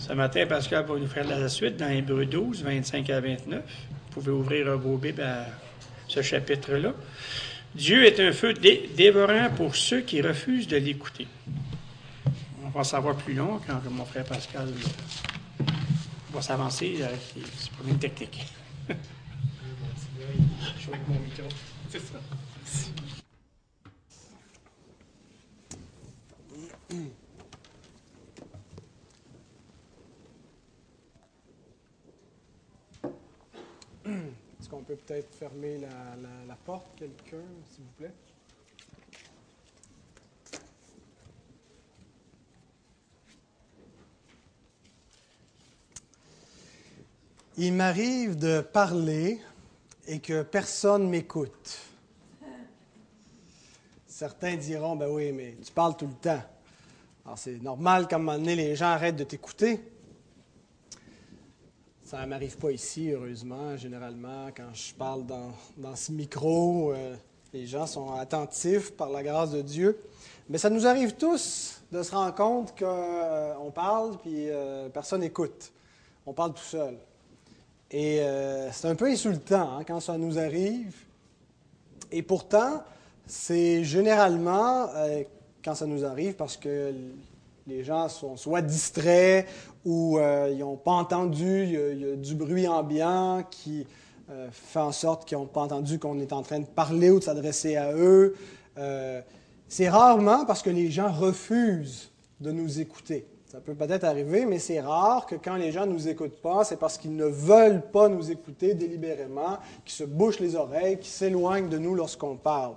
Ce matin, Pascal va nous faire la suite dans Hébreux 12, 25 à 29. Vous pouvez ouvrir vos Bibles à ce chapitre-là. Dieu est un feu dévorant pour ceux qui refusent de l'écouter. On va en savoir plus long quand mon frère Pascal va s'avancer avec ses problèmes techniques. Je suis avec mon micro. C'est ça. Est-ce qu'on peut peut-être fermer la porte, quelqu'un, s'il vous plaît? Il m'arrive de parler et que personne m'écoute. Certains diront, ben oui, mais tu parles tout le temps. Alors c'est normal qu'à un moment donné, les gens arrêtent de t'écouter. Ça ne m'arrive pas ici, heureusement. Généralement, quand je parle dans ce micro, les gens sont attentifs par la grâce de Dieu. Mais ça nous arrive tous de se rendre compte qu'on parle puis personne n'écoute. On parle tout seul. Et c'est un peu insultant quand ça nous arrive. Et pourtant, c'est généralement quand ça nous arrive parce que les gens sont soit distraits ou ils n'ont pas entendu, il y a du bruit ambiant qui fait en sorte qu'ils n'ont pas entendu qu'on est en train de parler ou de s'adresser à eux. C'est rarement parce que les gens refusent de nous écouter. Ça peut peut-être arriver, mais c'est rare que quand les gens ne nous écoutent pas, c'est parce qu'ils ne veulent pas nous écouter délibérément, qu'ils se bouchent les oreilles, qu'ils s'éloignent de nous lorsqu'on parle.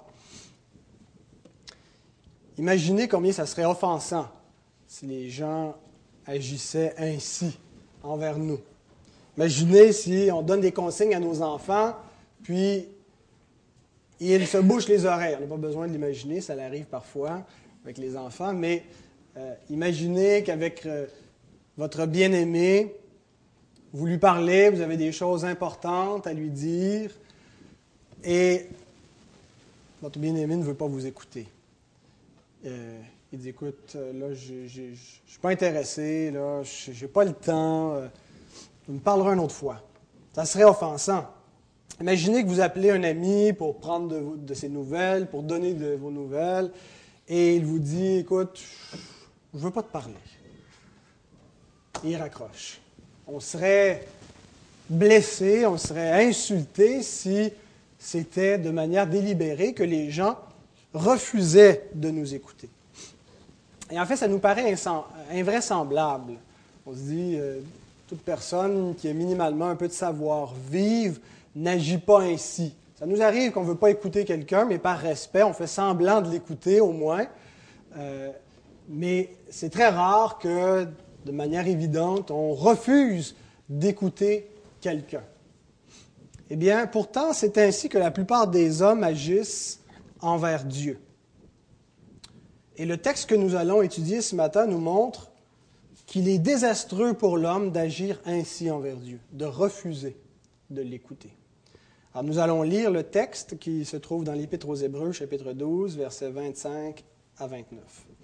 Imaginez combien ça serait offensant si les gens agissaient ainsi envers nous. Imaginez si on donne des consignes à nos enfants, puis ils se bouchent les oreilles. On n'a pas besoin de l'imaginer, ça arrive parfois avec les enfants, mais imaginez qu'avec votre bien-aimé, vous lui parlez, vous avez des choses importantes à lui dire, et votre bien-aimé ne veut pas vous écouter. Il dit, écoute, là, je ne suis pas intéressé, là, je n'ai pas le temps, je me parlerai une autre fois. Ça serait offensant. Imaginez que vous appelez un ami pour prendre de ses nouvelles, pour donner de vos nouvelles, et il vous dit, écoute, je ne veux pas te parler. Et il raccroche. On serait blessé, on serait insulté si c'était de manière délibérée que les gens refusaient de nous écouter. Et en fait, ça nous paraît invraisemblable. On se dit, toute personne qui a minimalement un peu de savoir-vivre n'agit pas ainsi. Ça nous arrive qu'on ne veut pas écouter quelqu'un, mais par respect, on fait semblant de l'écouter au moins. Mais c'est très rare que, de manière évidente, on refuse d'écouter quelqu'un. Eh bien, pourtant, c'est ainsi que la plupart des hommes agissent envers Dieu. Et le texte que nous allons étudier ce matin nous montre qu'il est désastreux pour l'homme d'agir ainsi envers Dieu, de refuser de l'écouter. Alors, nous allons lire le texte qui se trouve dans l'Épître aux Hébreux, chapitre 12, versets 25 à 29.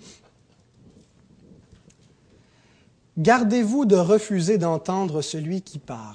Gardez-vous de refuser d'entendre celui qui parle.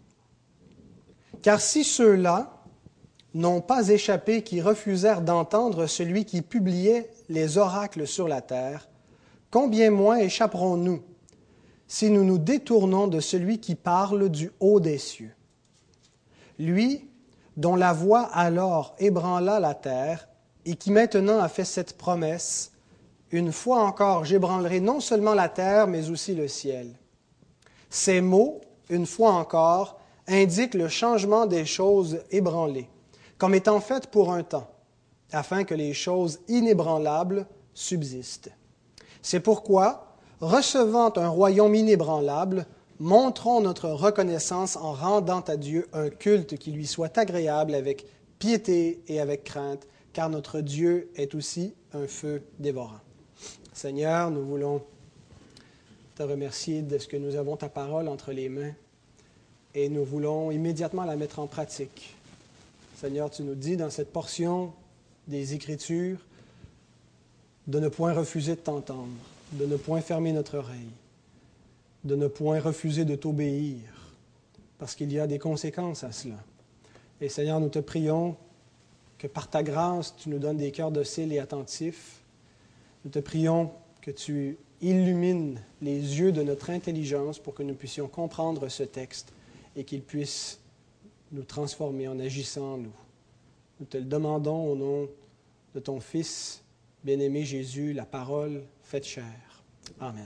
Car si ceux-là n'ont pas échappé qui refusèrent d'entendre celui qui publiait les oracles sur la terre, combien moins échapperons-nous si nous nous détournons de celui qui parle du haut des cieux? Lui, dont la voix alors ébranla la terre, et qui maintenant a fait cette promesse, « Une fois encore, j'ébranlerai non seulement la terre, mais aussi le ciel. » Ces mots, « une fois encore », indiquent le changement des choses ébranlées, comme étant faites pour un temps, afin que les choses inébranlables subsistent. C'est pourquoi, recevant un royaume inébranlable, montrons notre reconnaissance en rendant à Dieu un culte qui lui soit agréable avec piété et avec crainte, car notre Dieu est aussi un feu dévorant. Seigneur, nous voulons te remercier de ce que nous avons ta parole entre les mains et nous voulons immédiatement la mettre en pratique. Seigneur, tu nous dis dans cette portion des Écritures de ne point refuser de t'entendre, de ne point fermer notre oreille. de ne point refuser de t'obéir, parce qu'il y a des conséquences à cela. Et Seigneur, nous te prions que par ta grâce, tu nous donnes des cœurs dociles et attentifs. Nous te prions que tu illumines les yeux de notre intelligence pour que nous puissions comprendre ce texte et qu'il puisse nous transformer en agissant en nous. Nous te le demandons au nom de ton Fils, bien-aimé Jésus, la parole faite chair. Amen.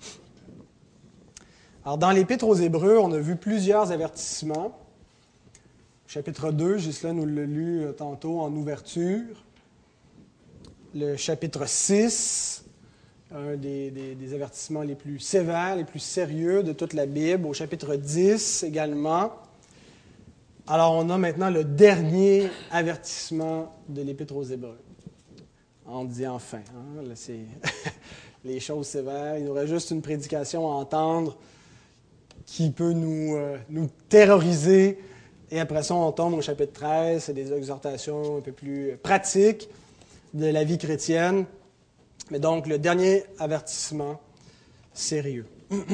Alors, dans l'Épître aux Hébreux, on a vu plusieurs avertissements. Chapitre 2, Ghislain nous l'a lu tantôt en ouverture. Le chapitre 6, un des avertissements les plus sévères, les plus sérieux de toute la Bible. Au chapitre 10 également. Alors, on a maintenant le dernier avertissement de l'Épître aux Hébreux. On dit enfin, hein? Là, c'est les choses sévères. Il nous reste juste une prédication à entendre qui peut nous terroriser. Et après ça, on tombe au chapitre 13, c'est des exhortations un peu plus pratiques de la vie chrétienne. Mais donc, le dernier avertissement sérieux.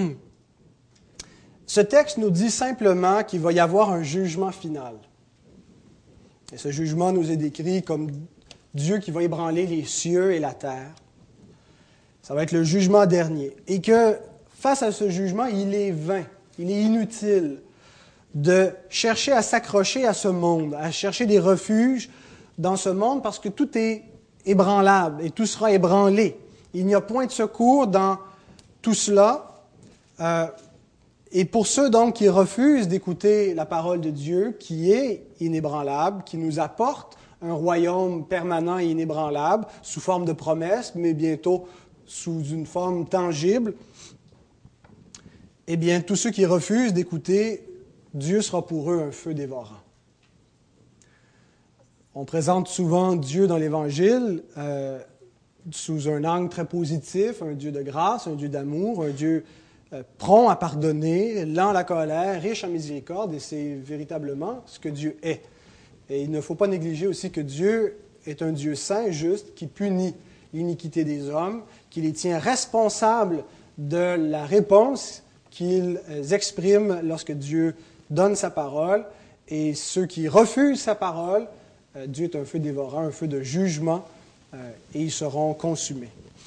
Ce texte nous dit simplement qu'il va y avoir un jugement final. Et ce jugement nous est décrit comme Dieu qui va ébranler les cieux et la terre. Ça va être le jugement dernier. Et que face à ce jugement, il est vain, il est inutile de chercher à s'accrocher à ce monde, à chercher des refuges dans ce monde parce que tout est ébranlable et tout sera ébranlé. Il n'y a point de secours dans tout cela. Et pour ceux donc qui refusent d'écouter la parole de Dieu, qui est inébranlable, qui nous apporte un royaume permanent et inébranlable, sous forme de promesses, mais bientôt sous une forme tangible, eh bien, tous ceux qui refusent d'écouter, Dieu sera pour eux un feu dévorant. On présente souvent Dieu dans l'Évangile sous un angle très positif, un Dieu de grâce, un Dieu d'amour, un Dieu prompt à pardonner, lent à la colère, riche en miséricorde, et c'est véritablement ce que Dieu est. Et il ne faut pas négliger aussi que Dieu est un Dieu saint, juste, qui punit l'iniquité des hommes, qui les tient responsables de la réponse qu'ils expriment lorsque Dieu donne sa parole. Et ceux qui refusent sa parole, Dieu est un feu dévorant, un feu de jugement, et ils seront consumés.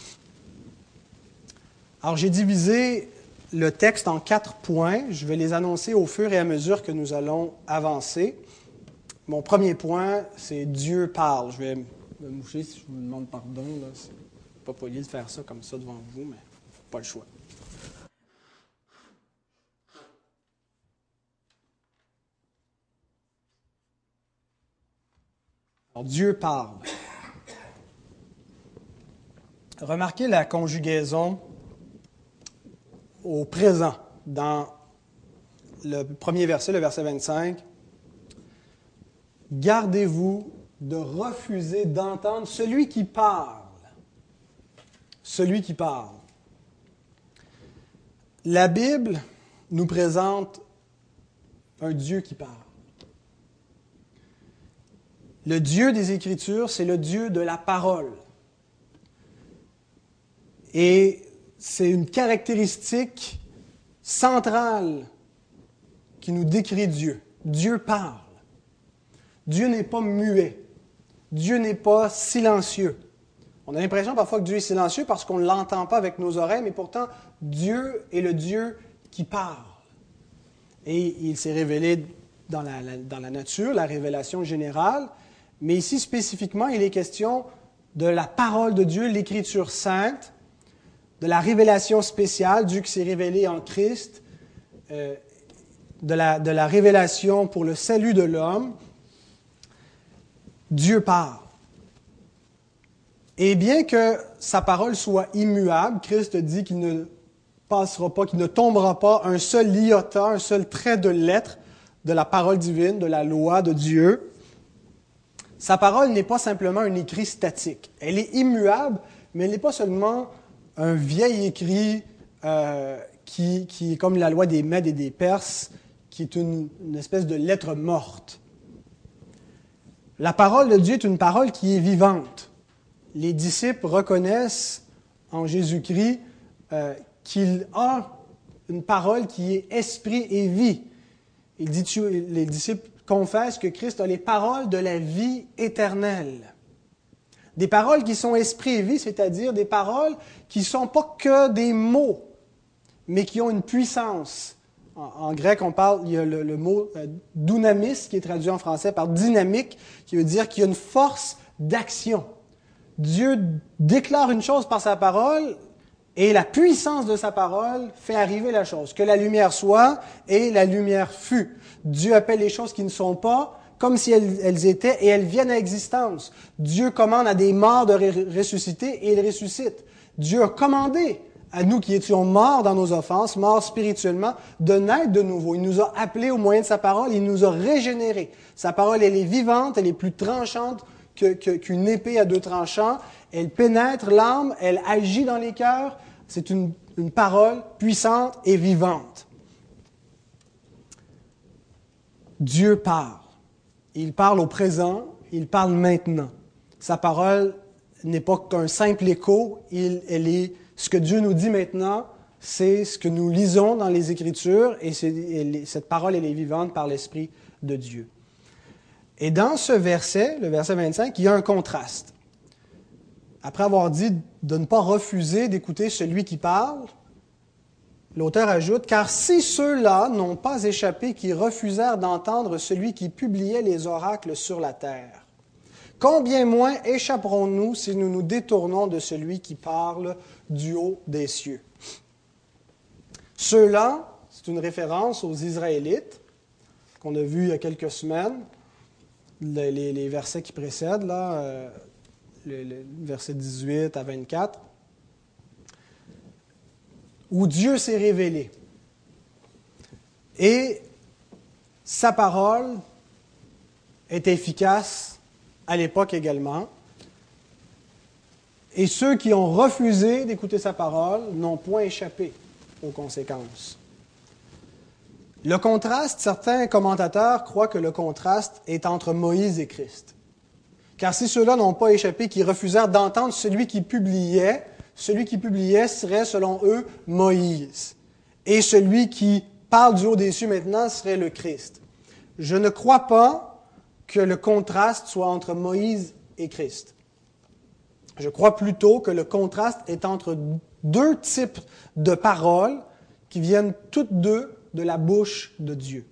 Alors, j'ai divisé le texte en 4 points. Je vais les annoncer au fur et à mesure que nous allons avancer. Mon premier point, c'est Dieu parle. Je vais me moucher si je vous demande pardon. Là. C'est pas poli de faire ça comme ça devant vous, mais pas le choix. Alors, Dieu parle. Remarquez la conjugaison au présent dans le premier verset, le verset 25. Gardez-vous de refuser d'entendre celui qui parle. Celui qui parle. La Bible nous présente un Dieu qui parle. Le Dieu des Écritures, c'est le Dieu de la parole. Et c'est une caractéristique centrale qui nous décrit Dieu. Dieu parle. Dieu n'est pas muet. Dieu n'est pas silencieux. On a l'impression parfois que Dieu est silencieux parce qu'on ne l'entend pas avec nos oreilles, mais pourtant, Dieu est le Dieu qui parle. Et il s'est révélé dans la nature, la révélation générale, mais ici spécifiquement, il est question de la parole de Dieu, l'Écriture sainte, de la révélation spéciale, Dieu qui s'est révélé en Christ, de la révélation pour le salut de l'homme. Dieu parle. Et bien que sa parole soit immuable, Christ dit qu'il ne passera pas, qu'il ne tombera pas un seul iota, un seul trait de lettre de la parole divine, de la loi de Dieu. Sa parole n'est pas simplement un écrit statique. Elle est immuable, mais elle n'est pas seulement un vieil écrit qui est comme la loi des Mèdes et des Perses, qui est une espèce de lettre morte. La parole de Dieu est une parole qui est vivante. Les disciples reconnaissent en Jésus-Christ qu'il a une parole qui est esprit et vie. Il dit, les disciples confessent que Christ a les paroles de la vie éternelle. Des paroles qui sont esprit et vie, c'est-à-dire des paroles qui ne sont pas que des mots, mais qui ont une puissance. En grec, il y a le mot dunamis, qui est traduit en français par dynamique, qui veut dire qu'il y a une force d'action. Dieu déclare une chose par sa parole, et la puissance de sa parole fait arriver la chose. Que la lumière soit, et la lumière fut. Dieu appelle les choses qui ne sont pas, comme si elles étaient, et elles viennent à existence. Dieu commande à des morts de ressusciter, et ils ressuscitent. Dieu a commandé à nous qui étions morts dans nos offenses, morts spirituellement, de naître de nouveau. Il nous a appelés au moyen de sa parole, il nous a régénérés. Sa parole, elle est vivante, elle est plus tranchante qu'une épée à deux tranchants. Elle pénètre l'âme, elle agit dans les cœurs. C'est une parole puissante et vivante. Dieu parle. Il parle au présent, il parle maintenant. Sa parole n'est pas qu'un simple écho, ce que Dieu nous dit maintenant, c'est ce que nous lisons dans les Écritures, et cette parole, elle est vivante par l'Esprit de Dieu. Et dans ce verset, le verset 25, il y a un contraste. Après avoir dit de ne pas refuser d'écouter celui qui parle, l'auteur ajoute « Car si ceux-là n'ont pas échappé qui refusèrent d'entendre celui qui publiait les oracles sur la terre, combien moins échapperons-nous si nous nous détournons de celui qui parle du haut des cieux? » Ceux-là, c'est une référence aux Israélites, qu'on a vu il y a quelques semaines, les versets qui précèdent, là, le verset 18 à 24, où Dieu s'est révélé. Et sa parole est efficace à l'époque également. Et ceux qui ont refusé d'écouter sa parole n'ont point échappé aux conséquences. Le contraste, certains commentateurs croient que le contraste est entre Moïse et Christ. Car si ceux-là n'ont pas échappé, qui refusèrent d'entendre celui qui publiait serait, selon eux, Moïse. Et celui qui parle du haut des cieux maintenant serait le Christ. Je ne crois pas que le contraste soit entre Moïse et Christ. Je crois plutôt que le contraste est entre deux types de paroles qui viennent toutes deux de la bouche de Dieu.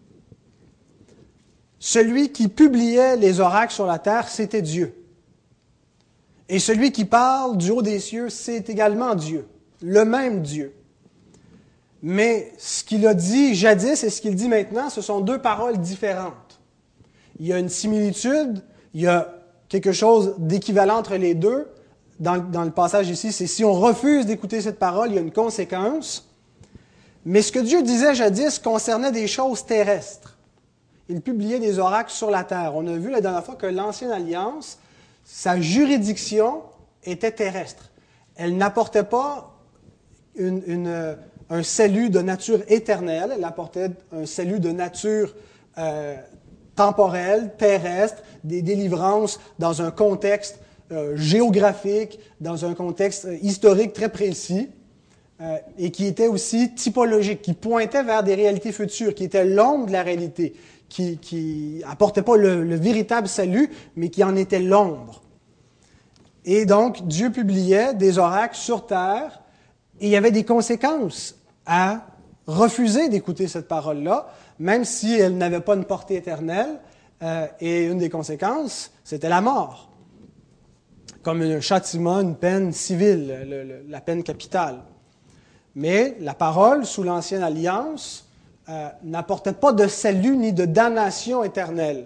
Celui qui publiait les oracles sur la terre, c'était Dieu. Et celui qui parle du haut des cieux, c'est également Dieu, le même Dieu. Mais ce qu'il a dit jadis et ce qu'il dit maintenant, ce sont deux paroles différentes. Il y a une similitude, il y a quelque chose d'équivalent entre les deux. Dans le passage ici, c'est si on refuse d'écouter cette parole, il y a une conséquence. Mais ce que Dieu disait jadis concernait des choses terrestres. Il publiait des oracles sur la terre. On a vu la dernière fois que l'Ancienne Alliance, sa juridiction était terrestre. Elle n'apportait pas un salut de nature éternelle, elle apportait un salut de nature temporelle, terrestre, des délivrances dans un contexte géographique, dans un contexte historique très précis, et qui était aussi typologique, qui pointait vers des réalités futures, qui était l'ombre de la réalité, qui apportait pas le véritable salut, mais qui en était l'ombre. Et donc, Dieu publiait des oracles sur terre, et il y avait des conséquences à refuser d'écouter cette parole-là, même si elle n'avait pas une portée éternelle, et une des conséquences, c'était la mort. Comme un châtiment, une peine civile, la peine capitale. Mais la parole, sous l'Ancienne Alliance, n'apportait pas de salut ni de damnation éternelle.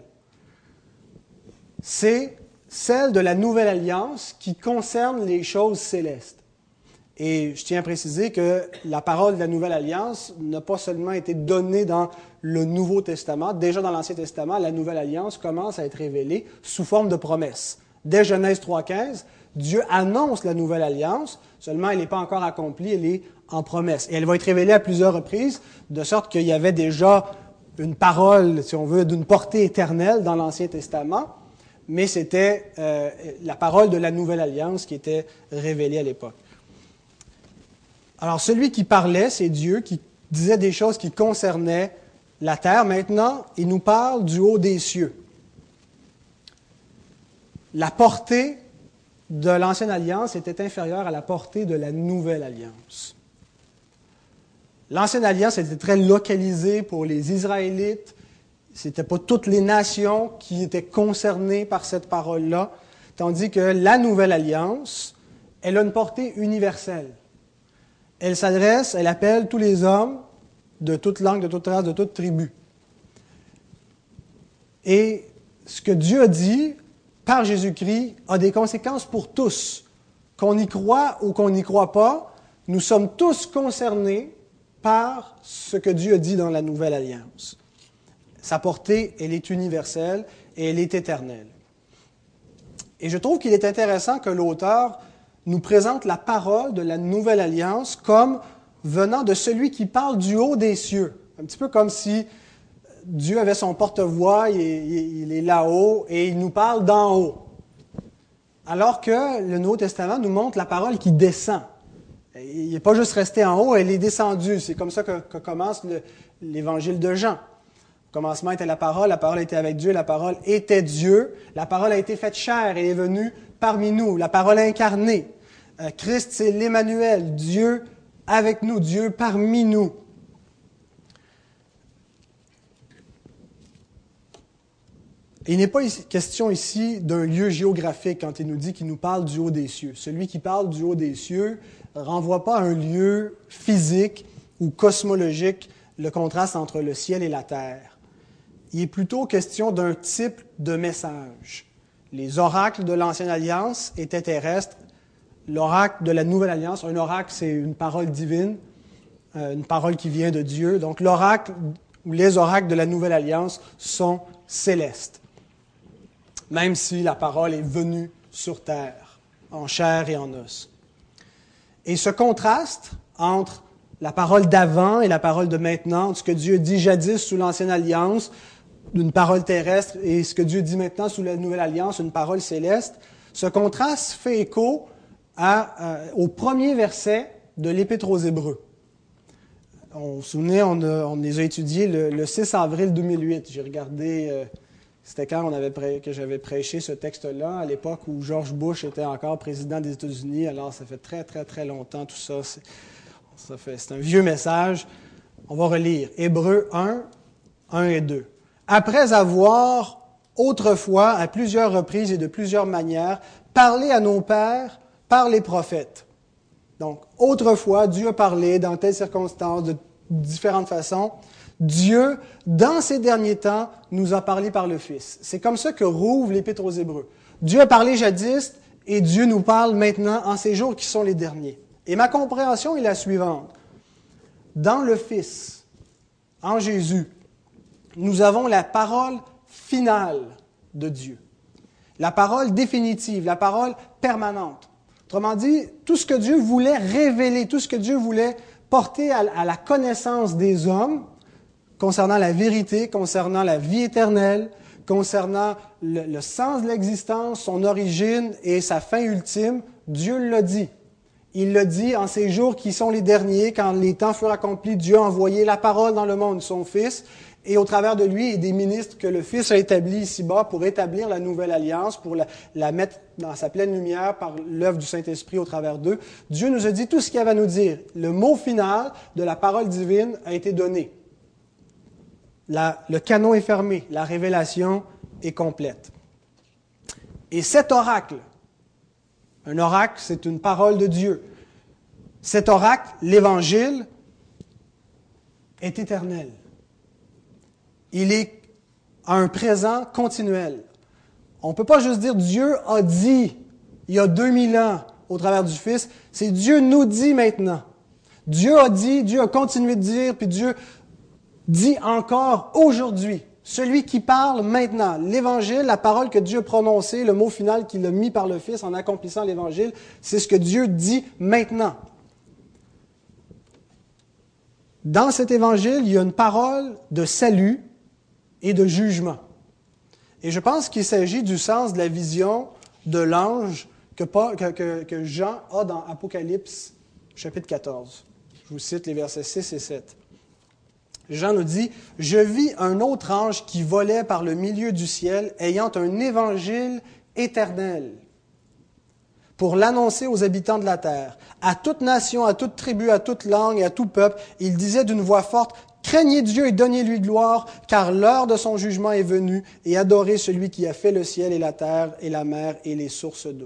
C'est celle de la Nouvelle Alliance qui concerne les choses célestes. Et je tiens à préciser que la parole de la Nouvelle Alliance n'a pas seulement été donnée dans le Nouveau Testament. Déjà dans l'Ancien Testament, la Nouvelle Alliance commence à être révélée sous forme de promesses. Dès Genèse 3,15, Dieu annonce la Nouvelle Alliance, seulement elle n'est pas encore accomplie, elle est en promesse. Et elle va être révélée à plusieurs reprises, de sorte qu'il y avait déjà une parole, si on veut, d'une portée éternelle dans l'Ancien Testament, mais c'était la parole de la Nouvelle Alliance qui était révélée à l'époque. Alors, celui qui parlait, c'est Dieu, qui disait des choses qui concernaient la terre. Maintenant, il nous parle du haut des cieux. La portée de l'Ancienne Alliance était inférieure à la portée de la Nouvelle Alliance. L'Ancienne Alliance était très localisée pour les Israélites. Ce n'étaient pas toutes les nations qui étaient concernées par cette parole-là, tandis que la Nouvelle Alliance, elle a une portée universelle. Elle appelle tous les hommes de toute langue, de toute race, de toute tribu. Et ce que Dieu a dit par Jésus-Christ a des conséquences pour tous. Qu'on y croit ou qu'on n'y croit pas, nous sommes tous concernés par ce que Dieu a dit dans la Nouvelle Alliance. Sa portée, elle est universelle et elle est éternelle. Et je trouve qu'il est intéressant que l'auteur nous présente la parole de la Nouvelle Alliance comme venant de celui qui parle du haut des cieux. Un petit peu comme si Dieu avait son porte-voix, il est là-haut et il nous parle d'en haut. Alors que le Nouveau Testament nous montre la parole qui descend. Il n'est pas juste resté en haut, elle est descendue. C'est comme ça que commence l'évangile de Jean. Au commencement était la parole était avec Dieu, la parole était Dieu. La parole a été faite chair, elle est venue parmi nous, la parole incarnée. Christ, c'est l'Emmanuel, Dieu avec nous, Dieu parmi nous. Il n'est pas question ici d'un lieu géographique quand il nous dit qu'il nous parle du haut des cieux. Celui qui parle du haut des cieux ne renvoie pas à un lieu physique ou cosmologique, le contraste entre le ciel et la terre. Il est plutôt question d'un type de message. Les oracles de l'Ancienne Alliance étaient terrestres. L'oracle de la Nouvelle Alliance, un oracle, c'est une parole divine, une parole qui vient de Dieu. Donc l'oracle ou les oracles de la Nouvelle Alliance sont célestes. Même si la parole est venue sur terre, en chair et en os. Et ce contraste entre la parole d'avant et la parole de maintenant, ce que Dieu dit jadis sous l'Ancienne Alliance, une parole terrestre, et ce que Dieu dit maintenant sous la Nouvelle Alliance, une parole céleste, ce contraste fait écho au premier verset de l'Épître aux Hébreux. On se souvient, on les a étudiés le 6 avril 2008. J'ai regardé... C'était quand que j'avais prêché ce texte-là, à l'époque où George Bush était encore président des États-Unis. Alors, ça fait très, très, très longtemps, tout ça. C'est un vieux message. On va relire. Hébreux 1, 1 et 2. Après avoir, autrefois, à plusieurs reprises et de plusieurs manières, parlé à nos pères par les prophètes. Donc, autrefois, Dieu a parlé dans telles circonstances, de différentes façons. Dieu, dans ces derniers temps, nous a parlé par le Fils. C'est comme ça que rouvre l'Épître aux Hébreux. Dieu a parlé jadis et Dieu nous parle maintenant en ces jours qui sont les derniers. Et ma compréhension est la suivante. Dans le Fils, en Jésus, nous avons la parole finale de Dieu. La parole définitive, la parole permanente. Autrement dit, tout ce que Dieu voulait révéler, tout ce que Dieu voulait porter à la connaissance des hommes, concernant la vérité, concernant la vie éternelle, concernant le sens de l'existence, son origine et sa fin ultime, Dieu l'a dit. Il l'a dit en ces jours qui sont les derniers, quand les temps furent accomplis, Dieu a envoyé la parole dans le monde, son Fils, et au travers de lui et des ministres que le Fils a établis ici-bas pour établir la nouvelle alliance, pour la mettre dans sa pleine lumière par l'œuvre du Saint-Esprit au travers d'eux. Dieu nous a dit tout ce qu'il y avait à nous dire. Le mot final de la parole divine a été donné. Le canon est fermé, la révélation est complète. Et cet oracle, un oracle, c'est une parole de Dieu. Cet oracle, l'Évangile, est éternel. Il est à un présent continuel. On ne peut pas juste dire Dieu a dit il y a 2000 ans au travers du Fils, c'est Dieu nous dit maintenant. Dieu a dit, Dieu a continué de dire, puis Dieu dit encore aujourd'hui. Celui qui parle maintenant, l'Évangile, la parole que Dieu a prononcée, le mot final qu'il a mis par le Fils en accomplissant l'Évangile, c'est ce que Dieu dit maintenant. Dans cet Évangile, il y a une parole de salut et de jugement. Et je pense qu'il s'agit du sens de la vision de l'ange que Jean a dans Apocalypse, chapitre 14. Je vous cite les versets 6 et 7. Jean nous dit, « Je vis un autre ange qui volait par le milieu du ciel, ayant un évangile éternel, pour l'annoncer aux habitants de la terre, à toute nation, à toute tribu, à toute langue et à tout peuple. Il disait d'une voix forte, « Craignez Dieu et donnez-lui gloire, car l'heure de son jugement est venue, et adorez celui qui a fait le ciel et la terre et la mer et les sources d'eau. »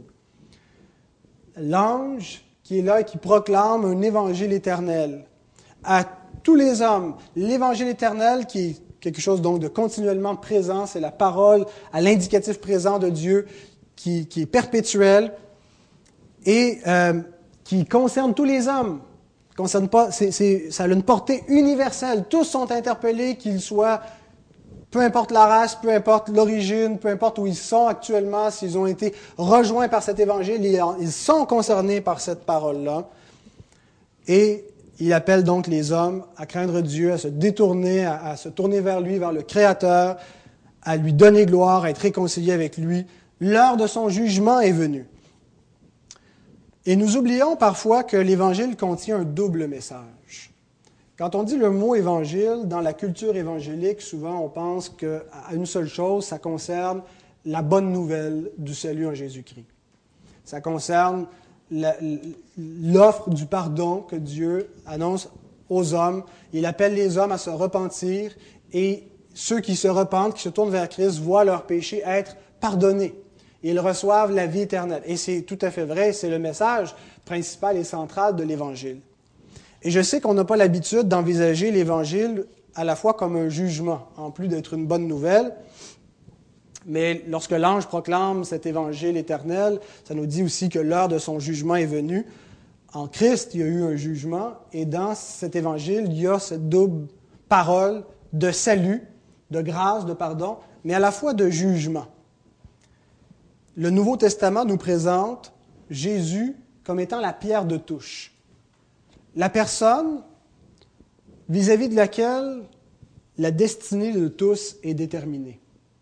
L'ange qui est là et qui proclame un évangile éternel à tous les hommes. L'évangile éternel qui est quelque chose donc de continuellement présent, c'est la parole à l'indicatif présent de Dieu qui est perpétuel et qui concerne tous les hommes. Concerne pas, ça a une portée universelle. Tous sont interpellés, qu'ils soient, peu importe la race, peu importe l'origine, peu importe où ils sont actuellement, s'ils ont été rejoints par cet évangile, ils sont concernés par cette parole-là. Et il appelle donc les hommes à craindre Dieu, à se détourner, à se tourner vers lui, vers le Créateur, à lui donner gloire, à être réconciliés avec lui. L'heure de son jugement est venue. Et nous oublions parfois que l'Évangile contient un double message. Quand on dit le mot Évangile, dans la culture évangélique, souvent on pense qu'à une seule chose, ça concerne la bonne nouvelle du salut en Jésus-Christ. Ça concerne l'offre du pardon que Dieu annonce aux hommes. Il appelle les hommes à se repentir et ceux qui se repentent, qui se tournent vers Christ, voient leurs péchés être pardonnés. Ils reçoivent la vie éternelle. Et c'est tout à fait vrai, c'est le message principal et central de l'Évangile. Et je sais qu'on n'a pas l'habitude d'envisager l'Évangile à la fois comme un jugement, en plus d'être une bonne nouvelle. Mais lorsque l'ange proclame cet évangile éternel, ça nous dit aussi que l'heure de son jugement est venue. En Christ, il y a eu un jugement, et dans cet évangile, il y a cette double parole de salut, de grâce, de pardon, mais à la fois de jugement. Le Nouveau Testament nous présente Jésus comme étant la pierre de touche. La personne vis-à-vis de laquelle la destinée de tous est déterminée.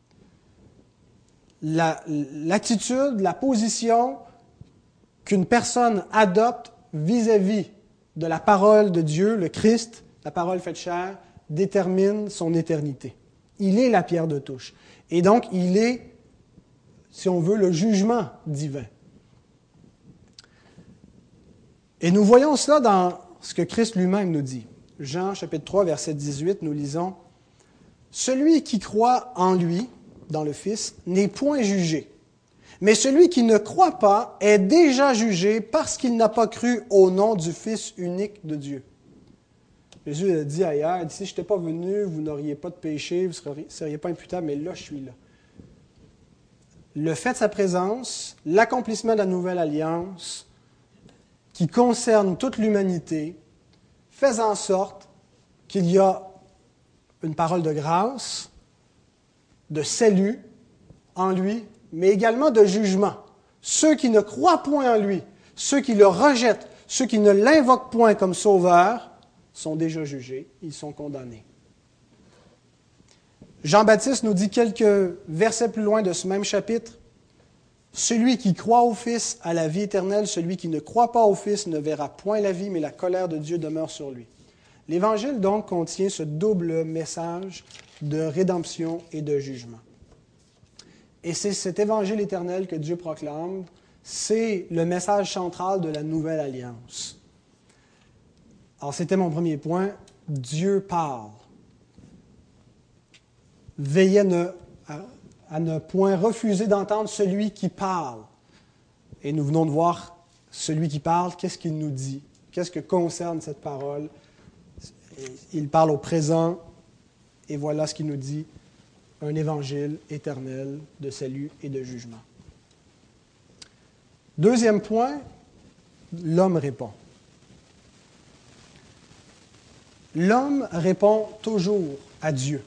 L'attitude, la position qu'une personne adopte vis-à-vis de la parole de Dieu, le Christ, la parole faite chair, détermine son éternité. Il est la pierre de touche. Et donc, il est, si on veut, le jugement divin. Et nous voyons cela dans ce que Christ lui-même nous dit. Jean, chapitre 3, verset 18, nous lisons « Celui qui croit en lui, dans le Fils, n'est point jugé. Mais celui qui ne croit pas est déjà jugé parce qu'il n'a pas cru au nom du Fils unique de Dieu. » Jésus a dit ailleurs, « Si je n'étais pas venu, vous n'auriez pas de péché, vous ne seriez pas imputable, mais là, je suis là. » Le fait de sa présence, l'accomplissement de la nouvelle alliance, qui concerne toute l'humanité, fait en sorte qu'il y a une parole de grâce, de salut en lui, mais également de jugement. Ceux qui ne croient point en lui, ceux qui le rejettent, ceux qui ne l'invoquent point comme sauveur, sont déjà jugés, ils sont condamnés. Jean-Baptiste nous dit quelques versets plus loin de ce même chapitre, « Celui qui croit au Fils a la vie éternelle, celui qui ne croit pas au Fils ne verra point la vie, mais la colère de Dieu demeure sur lui. » L'Évangile donc contient ce double message de rédemption et de jugement. Et c'est cet Évangile éternel que Dieu proclame, c'est le message central de la nouvelle alliance. Alors c'était mon premier point, Dieu parle. Veillez à ne point refuser d'entendre celui qui parle. Et nous venons de voir celui qui parle, qu'est-ce qu'il nous dit? Qu'est-ce que concerne cette parole? Il parle au présent, et voilà ce qu'il nous dit, un évangile éternel de salut et de jugement. Deuxième point, l'homme répond. L'homme répond toujours à Dieu.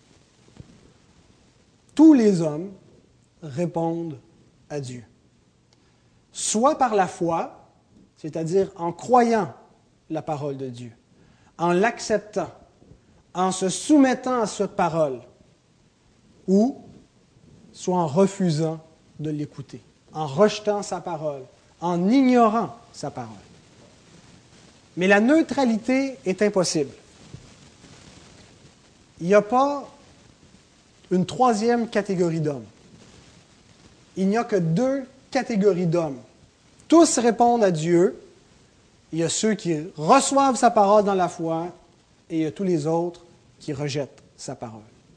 Tous les hommes répondent à Dieu. Soit par la foi, c'est-à-dire en croyant la parole de Dieu, en l'acceptant, en se soumettant à cette parole, ou soit en refusant de l'écouter, en rejetant sa parole, en ignorant sa parole. Mais la neutralité est impossible. il n'y a pas une troisième catégorie d'hommes. Il n'y a que deux catégories d'hommes. Tous répondent à Dieu. Il y a ceux qui reçoivent sa parole dans la foi et il y a tous les autres qui rejettent sa parole.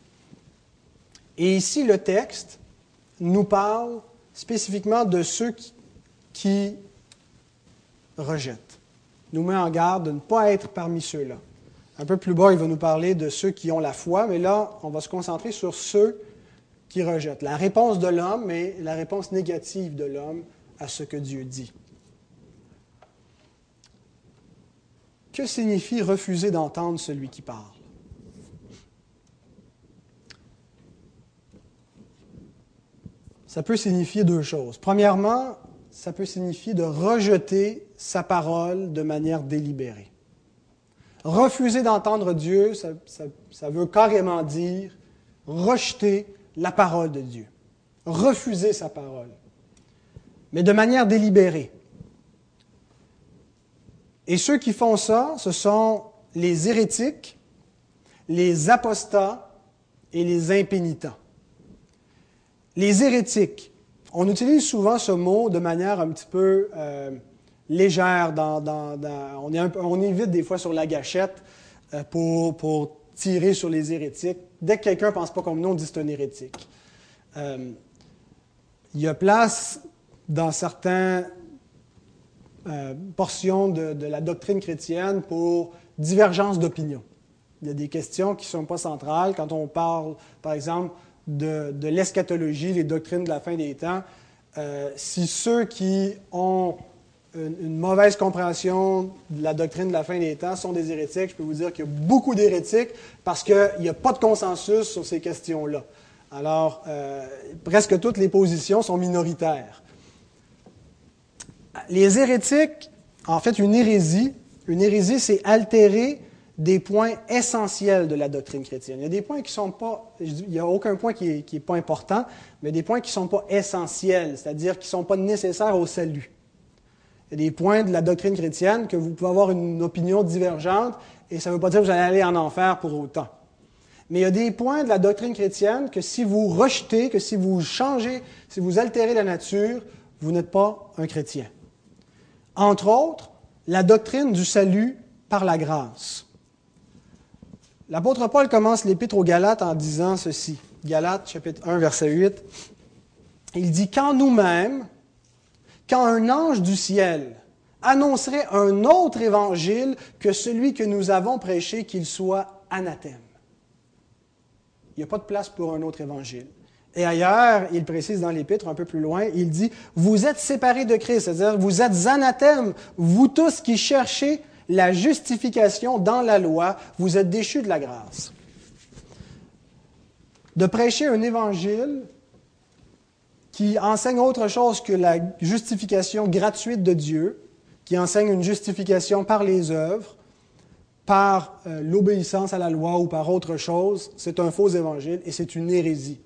Et ici, le texte nous parle spécifiquement de ceux qui rejettent. Nous met en garde de ne pas être parmi ceux-là. Un peu plus bas, il va nous parler de ceux qui ont la foi, mais là, on va se concentrer sur ceux qui rejettent. La réponse de l'homme est la réponse négative de l'homme à ce que Dieu dit. Que signifie refuser d'entendre celui qui parle? Ça peut signifier deux choses. Premièrement, ça peut signifier de rejeter sa parole de manière délibérée. Refuser d'entendre Dieu, ça veut carrément dire rejeter la parole de Dieu. Refuser sa parole. Mais de manière délibérée. Et ceux qui font ça, ce sont les hérétiques, les apostats et les impénitents. Les hérétiques, on utilise souvent ce mot de manière un petit peu légère. On évite des fois sur la gâchette pour tirer sur les hérétiques. Dès que quelqu'un ne pense pas comme nous, on dit que c'est un hérétique. Il y a place dans certaines portions de la doctrine chrétienne pour divergence d'opinion. Il y a des questions qui ne sont pas centrales. Quand on parle, par exemple, de l'eschatologie, les doctrines de la fin des temps, si ceux qui ont une mauvaise compréhension de la doctrine de la fin des temps sont des hérétiques, je peux vous dire qu'il y a beaucoup d'hérétiques parce qu'il n'y a pas de consensus sur ces questions-là. Alors, presque toutes les positions sont minoritaires. Les hérétiques, en fait, une hérésie, c'est altérer des points essentiels de la doctrine chrétienne. Il y a des points qui sont pas, il n'y a aucun point qui est pas important, mais des points qui ne sont pas essentiels, c'est-à-dire qui ne sont pas nécessaires au salut. Il y a des points de la doctrine chrétienne que vous pouvez avoir une opinion divergente et ça ne veut pas dire que vous allez aller en enfer pour autant. Mais il y a des points de la doctrine chrétienne que si vous rejetez, que si vous changez, si vous altérez la nature, vous n'êtes pas un chrétien. Entre autres, la doctrine du salut par la grâce. L'apôtre Paul commence l'épître aux Galates en disant ceci. Galates, chapitre 1, verset 8. Il dit « Quand nous-mêmes, quand un ange du ciel annoncerait un autre évangile que celui que nous avons prêché, qu'il soit anathème. » Il n'y a pas de place pour un autre évangile. Et ailleurs, il précise dans l'épître, un peu plus loin, il dit « Vous êtes séparés de Christ, c'est-à-dire vous êtes anathèmes, vous tous qui cherchez la justification dans la loi, vous êtes déchus de la grâce. » De prêcher un évangile qui enseigne autre chose que la justification gratuite de Dieu, qui enseigne une justification par les œuvres, par l'obéissance à la loi ou par autre chose, c'est un faux évangile et c'est une hérésie.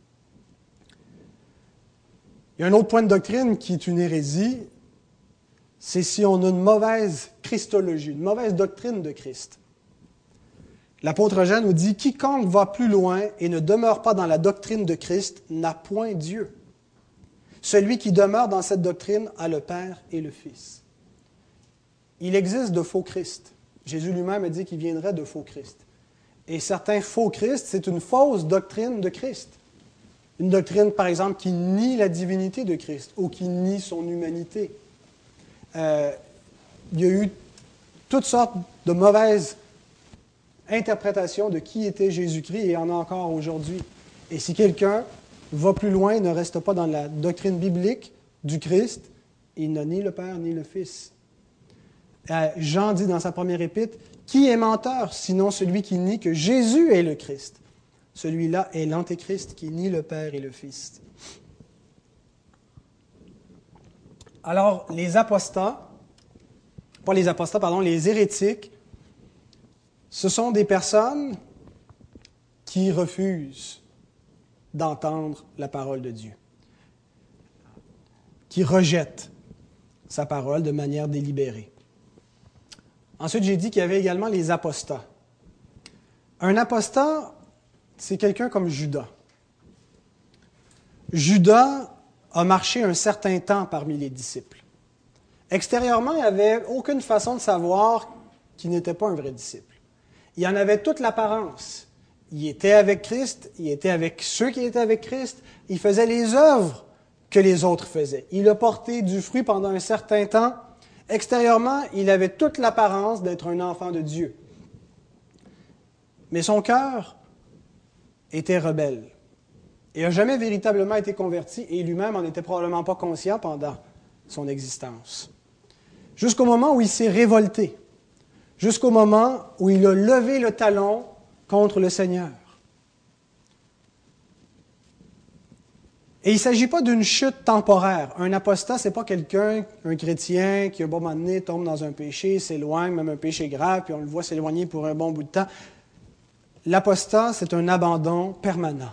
Il y a un autre point de doctrine qui est une hérésie, c'est si on a une mauvaise christologie, une mauvaise doctrine de Christ. L'apôtre Jean nous dit « Quiconque va plus loin et ne demeure pas dans la doctrine de Christ n'a point Dieu. Celui qui demeure dans cette doctrine a le Père et le Fils. » Il existe de faux Christ. Jésus lui-même a dit qu'il viendrait de faux Christ. Et certains faux Christ, c'est une fausse doctrine de Christ. Une doctrine, par exemple, qui nie la divinité de Christ ou qui nie son humanité. Il y a eu toutes sortes de mauvaises interprétations de qui était Jésus-Christ et il y en a encore aujourd'hui. Et si quelqu'un va plus loin et ne reste pas dans la doctrine biblique du Christ, il n'a ni le Père ni le Fils. Jean dit dans sa première épître, « Qui est menteur, sinon celui qui nie que Jésus est le Christ? Celui-là est l'Antéchrist qui nie le Père et le Fils. » Alors, les hérétiques, ce sont des personnes qui refusent d'entendre la parole de Dieu, qui rejettent sa parole de manière délibérée. Ensuite, j'ai dit qu'il y avait également les apostats. Un apostat, c'est quelqu'un comme Judas. Judas a marché un certain temps parmi les disciples. Extérieurement, il n'y avait aucune façon de savoir qu'il n'était pas un vrai disciple. Il en avait toute l'apparence. Il était avec Christ, il était avec ceux qui étaient avec Christ, il faisait les œuvres que les autres faisaient. Il a porté du fruit pendant un certain temps. Extérieurement, il avait toute l'apparence d'être un enfant de Dieu. Mais son cœur était rebelle. Il n'a jamais véritablement été converti et lui-même n'en était probablement pas conscient pendant son existence. Jusqu'au moment où il s'est révolté. Jusqu'au moment où il a levé le talon contre le Seigneur. Et il ne s'agit pas d'une chute temporaire. Un apostat, ce n'est pas quelqu'un, un chrétien, qui, à un moment donné, tombe dans un péché, s'éloigne, même un péché grave, puis on le voit s'éloigner pour un bon bout de temps. L'apostat, c'est un abandon permanent.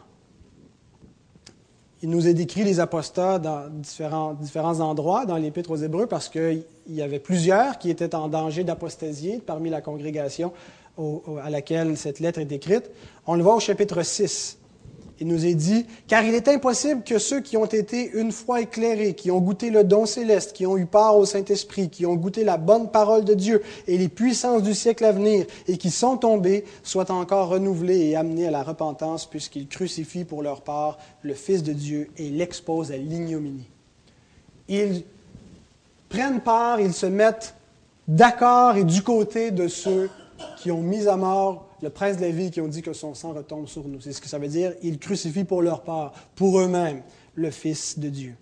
Il nous est décrit les apostats dans différents endroits dans l'Épître aux Hébreux parce qu'il y avait plusieurs qui étaient en danger d'apostasier parmi la congrégation à laquelle cette lettre est écrite. On le voit au chapitre 6. Il nous est dit « Car il est impossible que ceux qui ont été une fois éclairés, qui ont goûté le don céleste, qui ont eu part au Saint-Esprit, qui ont goûté la bonne parole de Dieu et les puissances du siècle à venir, et qui sont tombés, soient encore renouvelés et amenés à la repentance, puisqu'ils crucifient pour leur part le Fils de Dieu et l'exposent à l'ignominie. » Ils prennent part, ils se mettent d'accord et du côté de ceux qui ont mis à mort le prince de la vie, qui ont dit que son sang retombe sur nous. C'est ce que ça veut dire. Ils crucifient pour leur part, pour eux-mêmes, le Fils de Dieu.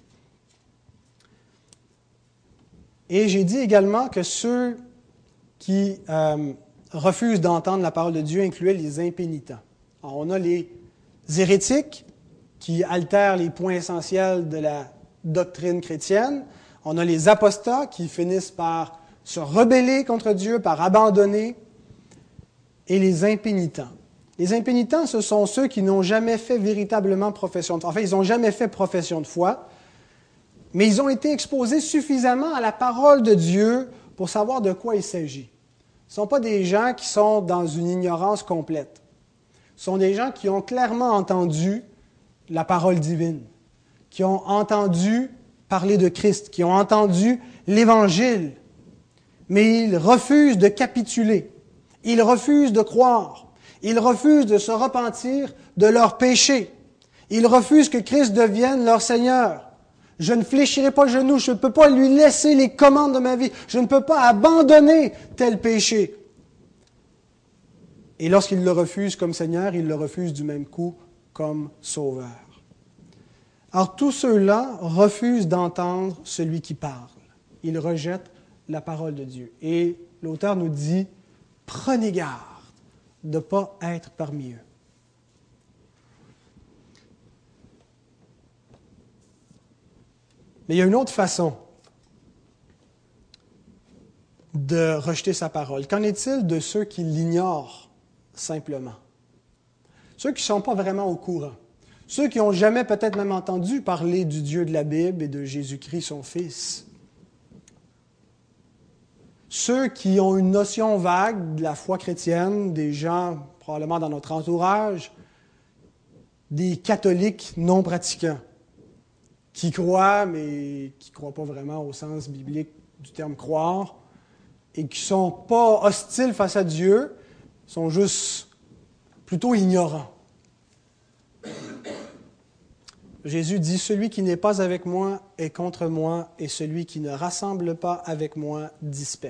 Et j'ai dit également que ceux qui refusent d'entendre la parole de Dieu incluaient les impénitents. Alors, on a les hérétiques qui altèrent les points essentiels de la doctrine chrétienne. On a les apostats qui finissent par se rebeller contre Dieu, par abandonner. Et les impénitents. Les impénitents, ce sont ceux qui n'ont jamais fait véritablement profession de foi. Enfin, ils n'ont jamais fait profession de foi, mais ils ont été exposés suffisamment à la parole de Dieu pour savoir de quoi il s'agit. Ce ne sont pas des gens qui sont dans une ignorance complète. Ce sont des gens qui ont clairement entendu la parole divine, qui ont entendu parler de Christ, qui ont entendu l'Évangile, mais ils refusent de capituler. Ils refusent de croire. Ils refusent de se repentir de leurs péchés. Ils refusent que Christ devienne leur Seigneur. Je ne fléchirai pas le genou. Je ne peux pas lui laisser les commandes de ma vie. Je ne peux pas abandonner tel péché. Et lorsqu'ils le refusent comme Seigneur, ils le refusent du même coup comme Sauveur. Alors tous ceux-là refusent d'entendre celui qui parle. Ils rejettent la parole de Dieu. Et l'auteur nous dit, prenez garde de ne pas être parmi eux. Mais il y a une autre façon de rejeter sa parole. Qu'en est-il de ceux qui l'ignorent simplement? Ceux qui ne sont pas vraiment au courant. Ceux qui n'ont jamais peut-être même entendu parler du Dieu de la Bible et de Jésus-Christ, son Fils. Ceux qui ont une notion vague de la foi chrétienne, des gens probablement dans notre entourage, des catholiques non pratiquants, qui croient, mais qui ne croient pas vraiment au sens biblique du terme croire, et qui ne sont pas hostiles face à Dieu, sont juste plutôt ignorants. Jésus dit, « Celui qui n'est pas avec moi est contre moi, et celui qui ne rassemble pas avec moi disperse. »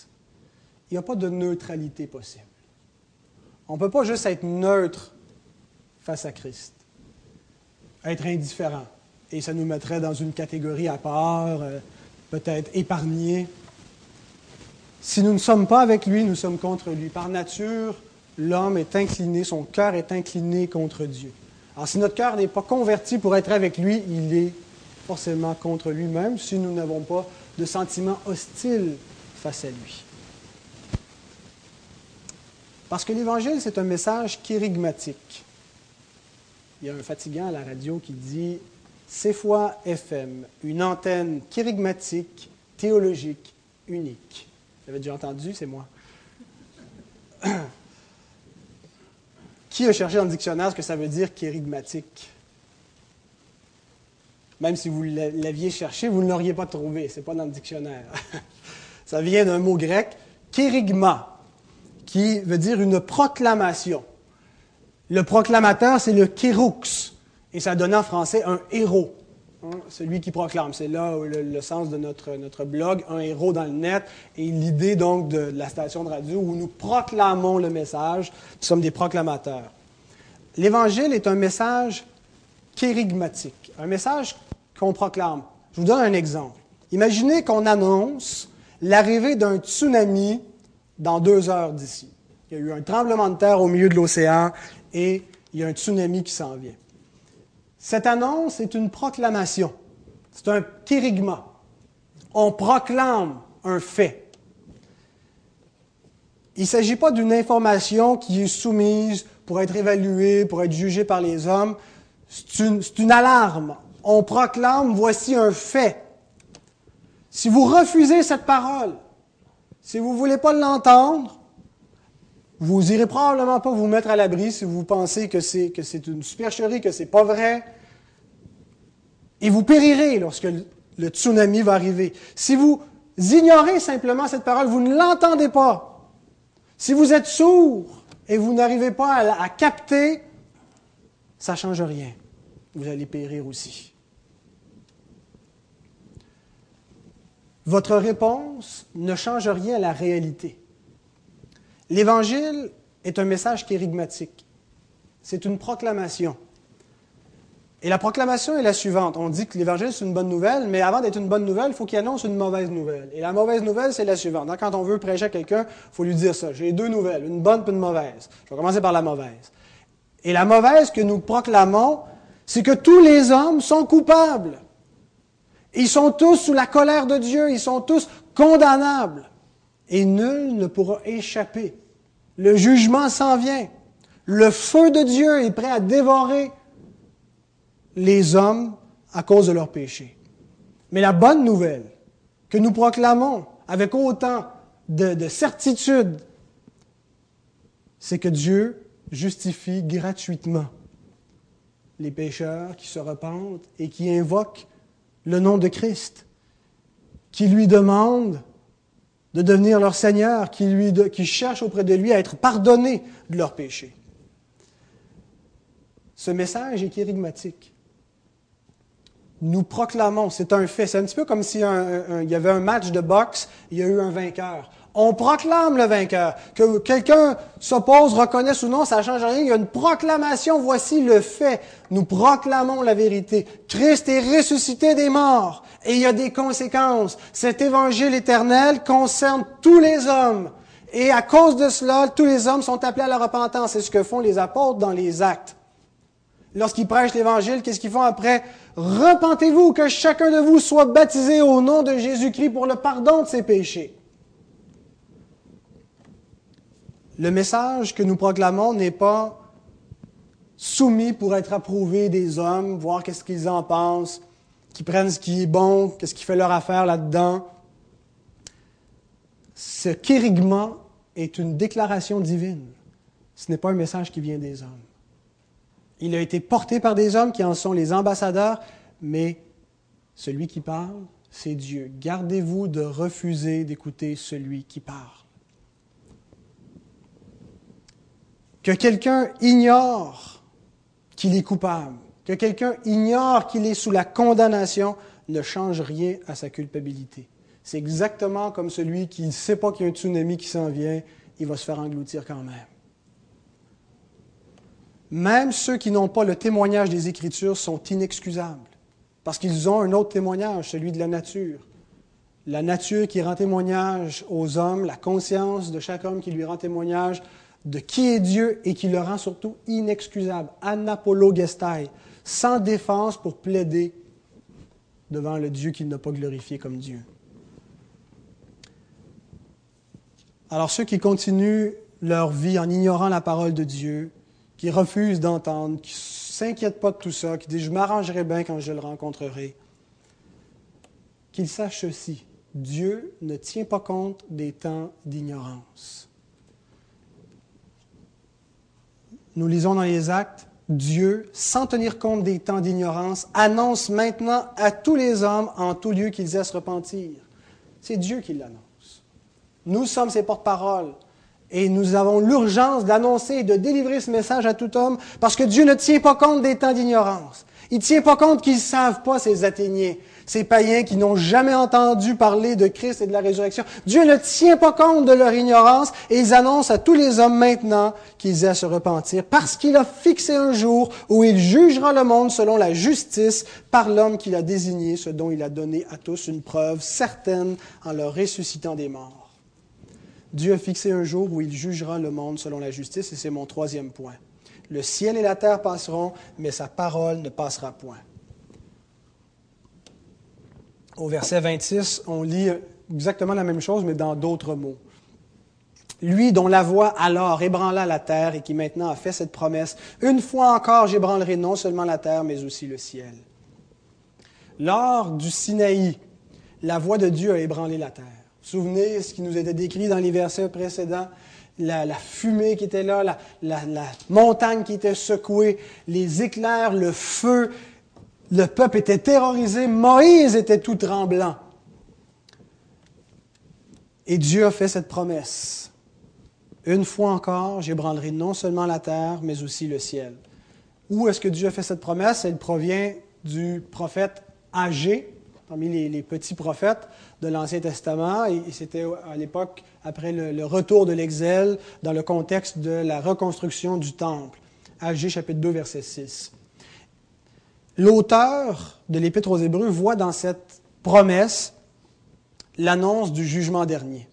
Il n'y a pas de neutralité possible. On ne peut pas juste être neutre face à Christ, être indifférent, et ça nous mettrait dans une catégorie à part, peut-être épargné. Si nous ne sommes pas avec lui, nous sommes contre lui. Par nature, l'homme est incliné, son cœur est incliné contre Dieu. Alors, si notre cœur n'est pas converti pour être avec lui, il est forcément contre lui-même si nous n'avons pas de sentiments hostiles face à lui. Parce que l'Évangile, c'est un message kérygmatique. Il y a un fatigant à la radio qui dit « CFOI FM, une antenne kérygmatique, théologique, unique. » Vous avez déjà entendu, c'est moi. Qui a cherché dans le dictionnaire ce que ça veut dire kérigmatique? Même si vous l'aviez cherché, vous ne l'auriez pas trouvé. Ce n'est pas dans le dictionnaire. Ça vient d'un mot grec, kérigma, qui veut dire une proclamation. Le proclamateur, c'est le kéroux, et ça donne en français un héros, celui qui proclame. C'est là le sens de notre blog, un héros dans le net, et l'idée donc de la station de radio où nous proclamons le message, nous sommes des proclamateurs. L'Évangile est un message kérigmatique, un message qu'on proclame. Je vous donne un exemple. Imaginez qu'on annonce l'arrivée d'un tsunami dans 2 heures d'ici. Il y a eu un tremblement de terre au milieu de l'océan et il y a un tsunami qui s'en vient. Cette annonce est une proclamation. C'est un kérigma. On proclame un fait. Il ne s'agit pas d'une information qui est soumise pour être évaluée, pour être jugée par les hommes. C'est une alarme. On proclame, voici un fait. Si vous refusez cette parole, si vous ne voulez pas l'entendre, vous n'irez probablement pas vous mettre à l'abri si vous pensez que c'est une supercherie, que ce n'est pas vrai. Et vous périrez lorsque le tsunami va arriver. Si vous ignorez simplement cette parole, vous ne l'entendez pas. Si vous êtes sourd et vous n'arrivez pas à capter, ça ne change rien. Vous allez périr aussi. Votre réponse ne change rien à la réalité. L'Évangile est un message kérigmatique. C'est une proclamation. Et la proclamation est la suivante. On dit que l'Évangile, c'est une bonne nouvelle, mais avant d'être une bonne nouvelle, il faut qu'il annonce une mauvaise nouvelle. Et la mauvaise nouvelle, c'est la suivante. Quand on veut prêcher à quelqu'un, il faut lui dire ça. J'ai 2 nouvelles, une bonne et une mauvaise. Je vais commencer par la mauvaise. Et la mauvaise que nous proclamons, c'est que tous les hommes sont coupables. Ils sont tous sous la colère de Dieu, ils sont tous condamnables. Et nul ne pourra échapper. Le jugement s'en vient. Le feu de Dieu est prêt à dévorer les hommes à cause de leurs péchés. Mais la bonne nouvelle que nous proclamons avec autant de certitude, c'est que Dieu justifie gratuitement les pécheurs qui se repentent et qui invoquent le nom de Christ, qui lui demandent de devenir leur Seigneur, qui cherchent auprès de lui à être pardonnés de leurs péchés. Ce message est kérigmatique. Nous proclamons, c'est un fait. C'est un petit peu comme s'il y avait un match de boxe, il y a eu un vainqueur. On proclame le vainqueur. Que quelqu'un s'oppose, reconnaisse ou non, ça ne change rien. Il y a une proclamation, voici le fait. Nous proclamons la vérité. Christ est ressuscité des morts et il y a des conséquences. Cet évangile éternel concerne tous les hommes. Et à cause de cela, tous les hommes sont appelés à la repentance. C'est ce que font les apôtres dans les Actes. Lorsqu'ils prêchent l'Évangile, qu'est-ce qu'ils font après? Repentez-vous, que chacun de vous soit baptisé au nom de Jésus-Christ pour le pardon de ses péchés. Le message que nous proclamons n'est pas soumis pour être approuvé des hommes, voir qu'est-ce qu'ils en pensent, qu'ils prennent ce qui est bon, qu'est-ce qui fait leur affaire là-dedans. Ce kérigma est une déclaration divine. Ce n'est pas un message qui vient des hommes. Il a été porté par des hommes qui en sont les ambassadeurs, mais celui qui parle, c'est Dieu. Gardez-vous de refuser d'écouter celui qui parle. Que quelqu'un ignore qu'il est coupable, que quelqu'un ignore qu'il est sous la condamnation, ne change rien à sa culpabilité. C'est exactement comme celui qui ne sait pas qu'il y a un tsunami qui s'en vient, il va se faire engloutir quand même. Même ceux qui n'ont pas le témoignage des Écritures sont inexcusables, parce qu'ils ont un autre témoignage, celui de la nature. La nature qui rend témoignage aux hommes, la conscience de chaque homme qui lui rend témoignage de qui est Dieu et qui le rend surtout inexcusable, anapologestai, sans défense pour plaider devant le Dieu qu'il n'a pas glorifié comme Dieu. Alors ceux qui continuent leur vie en ignorant la parole de Dieu, qui refusent d'entendre, qui ne s'inquiètent pas de tout ça, qui disent « je m'arrangerai bien quand je le rencontrerai », qu'ils sachent ceci, Dieu ne tient pas compte des temps d'ignorance. nous lisons dans les Actes, Dieu, sans tenir compte des temps d'ignorance, annonce maintenant à tous les hommes en tout lieu qu'ils aient à se repentir. C'est Dieu qui l'annonce. Nous sommes ses porte-paroles et nous avons l'urgence d'annoncer et de délivrer ce message à tout homme parce que Dieu ne tient pas compte des temps d'ignorance. Il ne tient pas compte qu'ils ne savent pas, ces Athéniens, ces païens qui n'ont jamais entendu parler de Christ et de la résurrection. Dieu ne tient pas compte de leur ignorance et ils annoncent à tous les hommes maintenant qu'ils aient à se repentir parce qu'il a fixé un jour où il jugera le monde selon la justice par l'homme qu'il a désigné, ce dont il a donné à tous une preuve certaine en leur ressuscitant des morts. Dieu a fixé un jour où il jugera le monde selon la justice et c'est mon troisième point. Le ciel et la terre passeront, mais sa parole ne passera point. Au verset 26, on lit exactement la même chose, mais dans d'autres mots. Lui dont la voix alors ébranla la terre et qui maintenant a fait cette promesse, une fois encore j'ébranlerai non seulement la terre, mais aussi le ciel. Lors du Sinaï, la voix de Dieu a ébranlé la terre. Vous vous souvenez ce qui nous était décrit dans les versets précédents? La fumée qui était là, la montagne qui était secouée, les éclairs, le feu. Le peuple était terrorisé. Moïse était tout tremblant. Et Dieu a fait cette promesse. Une fois encore, j'ébranlerai non seulement la terre, mais aussi le ciel. Où est-ce que Dieu a fait cette promesse? Elle provient du prophète Agé, parmi les petits prophètes de l'Ancien Testament, et c'était à l'époque, après le retour de l'exil, dans le contexte de la reconstruction du Temple. Agé, chapitre 2, verset 6. L'auteur de l'Épître aux Hébreux voit dans cette promesse l'annonce du jugement dernier.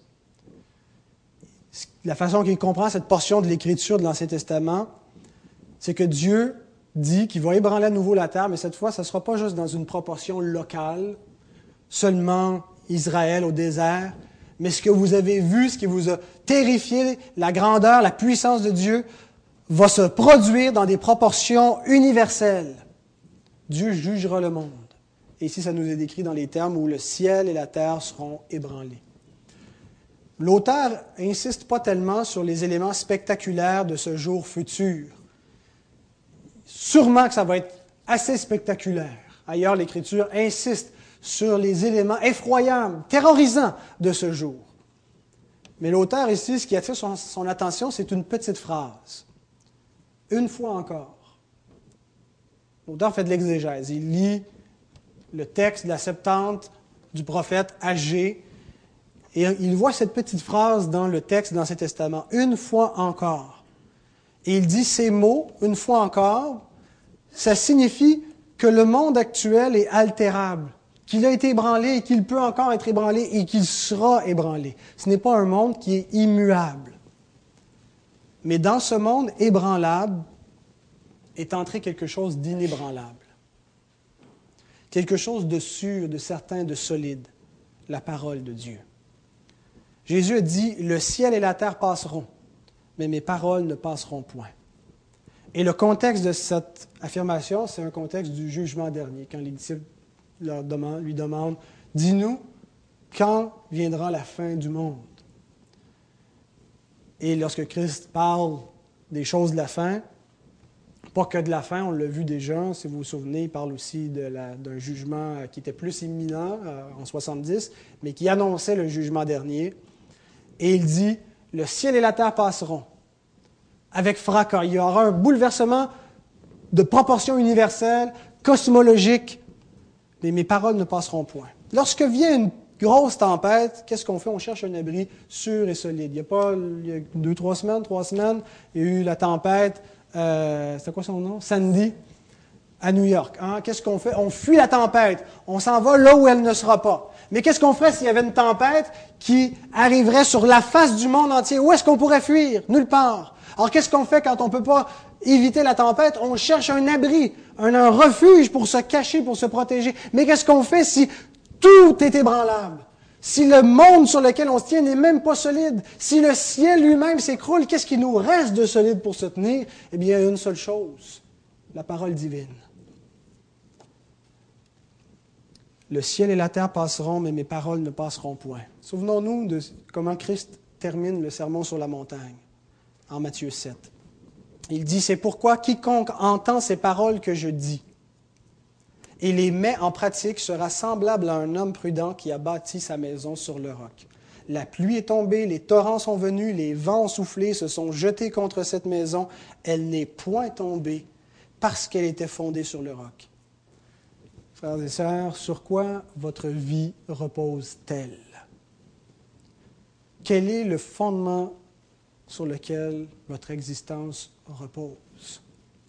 La façon qu'il comprend cette portion de l'Écriture de l'Ancien Testament, c'est que Dieu dit qu'il va ébranler à nouveau la terre, mais cette fois, ce ne sera pas juste dans une proportion locale, seulement Israël au désert, mais ce que vous avez vu, ce qui vous a terrifié, la grandeur, la puissance de Dieu, va se produire dans des proportions universelles. Dieu jugera le monde. Et ici, ça nous est décrit dans les termes où le ciel et la terre seront ébranlés. L'auteur n'insiste pas tellement sur les éléments spectaculaires de ce jour futur. Sûrement que ça va être assez spectaculaire. Ailleurs, l'Écriture insiste sur les éléments effroyables, terrorisants de ce jour. Mais l'auteur ici, ce qui attire son attention, c'est une petite phrase. Une fois encore. L'auteur fait de l'exégèse. Il lit le texte de la Septante du prophète Agé et il voit cette petite phrase dans le texte de l'Ancien Testament. Une fois encore. Et il dit ces mots, une fois encore, ça signifie que le monde actuel est altérable, qu'il a été ébranlé et qu'il peut encore être ébranlé et qu'il sera ébranlé. Ce n'est pas un monde qui est immuable. Mais dans ce monde ébranlable est entré quelque chose d'inébranlable. Quelque chose de sûr, de certain, de solide. La parole de Dieu. Jésus a dit, « Le ciel et la terre passeront, mais mes paroles ne passeront point. » Et le contexte de cette affirmation, c'est un contexte du jugement dernier, quand les disciples lui demandent, « Dis-nous, quand viendra la fin du monde? » Et lorsque Christ parle des choses de la fin, pas que de la fin, on l'a vu déjà, si vous vous souvenez, il parle aussi d'un jugement qui était plus imminent en 70, mais qui annonçait le jugement dernier. Et il dit, « Le ciel et la terre passeront avec fracas. » Il y aura un bouleversement de proportions universelles, cosmologiques, mais mes paroles ne passeront point. Lorsque vient une grosse tempête, qu'est-ce qu'on fait? On cherche un abri sûr et solide. Il y a 3 semaines, il y a eu la tempête, c'était quoi son nom? Sandy, à New York. Hein? Qu'est-ce qu'on fait? On fuit la tempête. On s'en va là où elle ne sera pas. Mais qu'est-ce qu'on ferait s'il y avait une tempête qui arriverait sur la face du monde entier? Où est-ce qu'on pourrait fuir? Nulle part. Alors, qu'est-ce qu'on fait quand on ne peut pas éviter la tempête? On cherche un abri, un refuge pour se cacher, pour se protéger. Mais qu'est-ce qu'on fait si tout est ébranlable? Si le monde sur lequel on se tient n'est même pas solide, si le ciel lui-même s'écroule, qu'est-ce qui nous reste de solide pour se tenir? Eh bien, il y a une seule chose, la parole divine. Le ciel et la terre passeront, mais mes paroles ne passeront point. Souvenons-nous de comment Christ termine le sermon sur la montagne, en Matthieu 7. Il dit, c'est pourquoi quiconque entend ces paroles que je dis et les met en pratique sera semblable à un homme prudent qui a bâti sa maison sur le roc. La pluie est tombée, les torrents sont venus, les vents ont soufflé, se sont jetés contre cette maison. Elle n'est point tombée parce qu'elle était fondée sur le roc. Frères et sœurs, sur quoi votre vie repose-t-elle? Quel est le fondement sur lequel votre existence repose?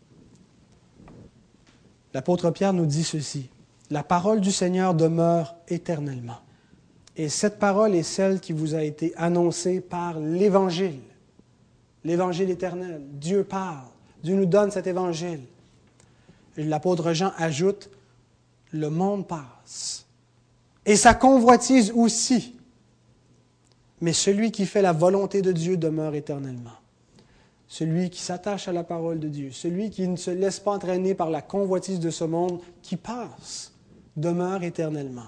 L'apôtre Pierre nous dit ceci, « La parole du Seigneur demeure éternellement. » Et cette parole est celle qui vous a été annoncée par l'Évangile. L'Évangile éternel. Dieu parle. Dieu nous donne cet Évangile. Et l'apôtre Jean ajoute, « Le monde passe. Et sa convoitise aussi. Mais celui qui fait la volonté de Dieu demeure éternellement. » Celui qui s'attache à la parole de Dieu, celui qui ne se laisse pas entraîner par la convoitise de ce monde qui passe, demeure éternellement.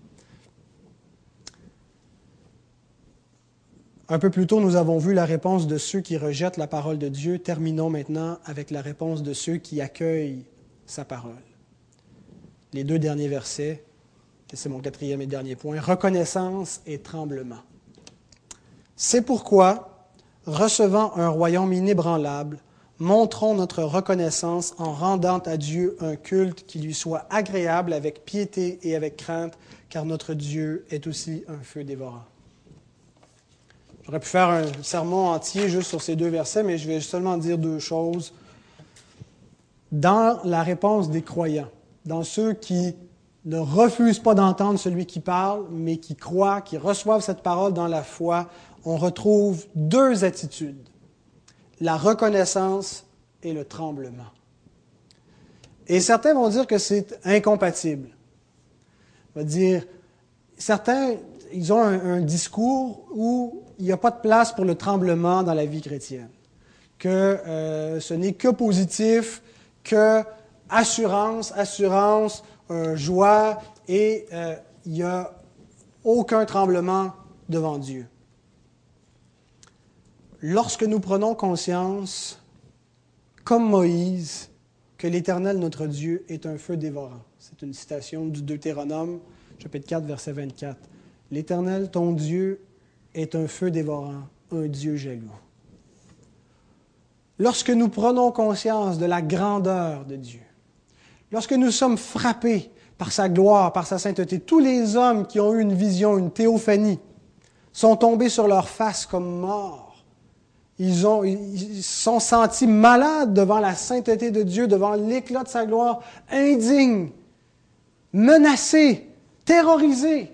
Un peu plus tôt, nous avons vu la réponse de ceux qui rejettent la parole de Dieu. Terminons maintenant avec la réponse de ceux qui accueillent sa parole. Les 2 derniers versets, et c'est mon 4e et dernier point, reconnaissance et tremblement. C'est pourquoi, recevant un royaume inébranlable, montrons notre reconnaissance en rendant à Dieu un culte qui lui soit agréable avec piété et avec crainte, car notre Dieu est aussi un feu dévorant. J'aurais pu faire un sermon entier juste sur ces 2 versets, mais je vais seulement dire 2 choses. Dans la réponse des croyants, dans ceux qui ne refusent pas d'entendre celui qui parle, mais qui croient, qui reçoivent cette parole dans la foi, on retrouve 2 attitudes, la reconnaissance et le tremblement. Et certains vont dire que c'est incompatible. On va dire, certains, ils ont un discours où il n'y a pas de place pour le tremblement dans la vie chrétienne, que ce n'est que positif, que assurance, joie, et il n'y a aucun tremblement devant Dieu. Lorsque nous prenons conscience, comme Moïse, que l'Éternel, notre Dieu, est un feu dévorant. C'est une citation du Deutéronome, chapitre 4, verset 24. L'Éternel, ton Dieu, est un feu dévorant, un Dieu jaloux. Lorsque nous prenons conscience de la grandeur de Dieu, lorsque nous sommes frappés par sa gloire, par sa sainteté, tous les hommes qui ont eu une vision, une théophanie, sont tombés sur leur face comme morts. Ils sont sentis malades devant la sainteté de Dieu, devant l'éclat de sa gloire, indignes, menacés, terrorisés.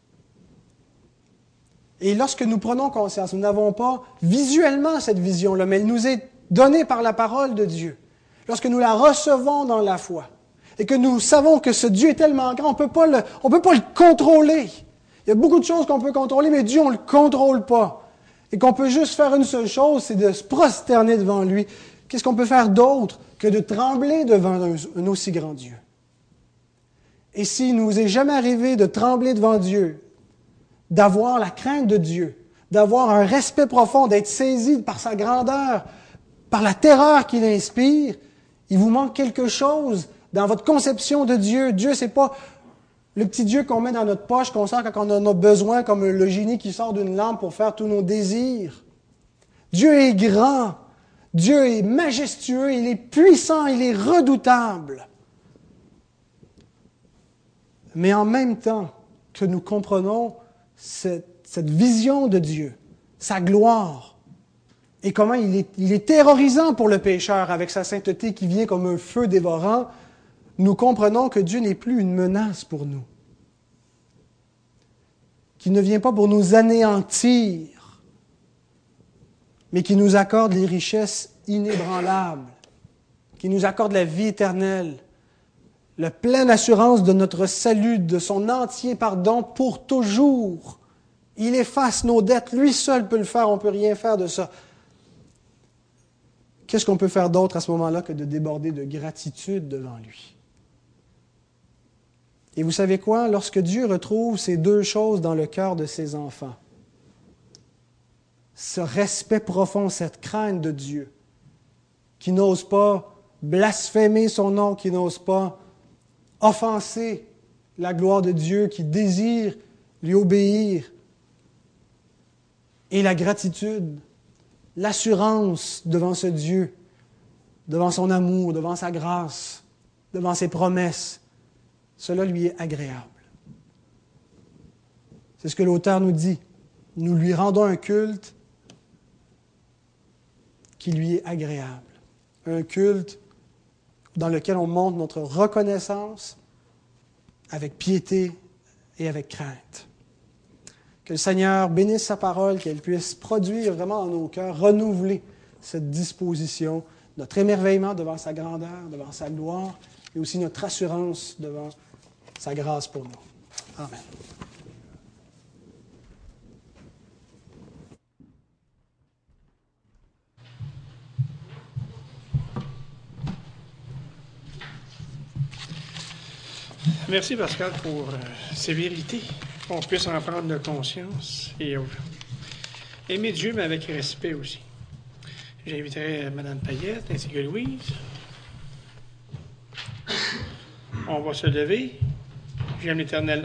Et lorsque nous prenons conscience, nous n'avons pas visuellement cette vision-là, mais elle nous est donnée par la parole de Dieu. Lorsque nous la recevons dans la foi, et que nous savons que ce Dieu est tellement grand, on peut pas le contrôler. Il y a beaucoup de choses qu'on peut contrôler, mais Dieu, on ne le contrôle pas. Et qu'on peut juste faire une seule chose, c'est de se prosterner devant lui. Qu'est-ce qu'on peut faire d'autre que de trembler devant un aussi grand Dieu? Et s'il nous est jamais arrivé de trembler devant Dieu, d'avoir la crainte de Dieu, d'avoir un respect profond, d'être saisi par sa grandeur, par la terreur qu'il inspire, il vous manque quelque chose dans votre conception de Dieu. Dieu, c'est pas le petit Dieu qu'on met dans notre poche, qu'on sort quand on en a besoin, comme le génie qui sort d'une lampe pour faire tous nos désirs. Dieu est grand, Dieu est majestueux, il est puissant, il est redoutable. Mais en même temps que nous comprenons cette vision de Dieu, sa gloire, et comment il est terrorisant pour le pécheur avec sa sainteté qui vient comme un feu dévorant, nous comprenons que Dieu n'est plus une menace pour nous, qu'il ne vient pas pour nous anéantir, mais qui nous accorde les richesses inébranlables, qui nous accorde la vie éternelle, la pleine assurance de notre salut, de son entier pardon pour toujours. Il efface nos dettes, lui seul peut le faire, on ne peut rien faire de ça. Qu'est-ce qu'on peut faire d'autre à ce moment-là que de déborder de gratitude devant lui? Et vous savez quoi? Lorsque Dieu retrouve ces 2 choses dans le cœur de ses enfants, ce respect profond, cette crainte de Dieu, qui n'osent pas blasphémer son nom, qui n'osent pas offenser la gloire de Dieu, qui désirent lui obéir. Et la gratitude, l'assurance devant ce Dieu, devant son amour, devant sa grâce, devant ses promesses, cela lui est agréable. C'est ce que l'auteur nous dit. Nous lui rendons un culte qui lui est agréable. Un culte dans lequel on montre notre reconnaissance avec piété et avec crainte. Que le Seigneur bénisse sa parole, qu'elle puisse produire vraiment dans nos cœurs, renouveler cette disposition, notre émerveillement devant sa grandeur, devant sa gloire, et aussi notre assurance devant sa grâce pour nous. Amen. Merci Pascal pour ces vérités, qu'on puisse en prendre conscience et aimer Dieu, mais avec respect aussi. J'inviterai Mme Payette ainsi que Louise. On va se lever. J'aime l'Éternel.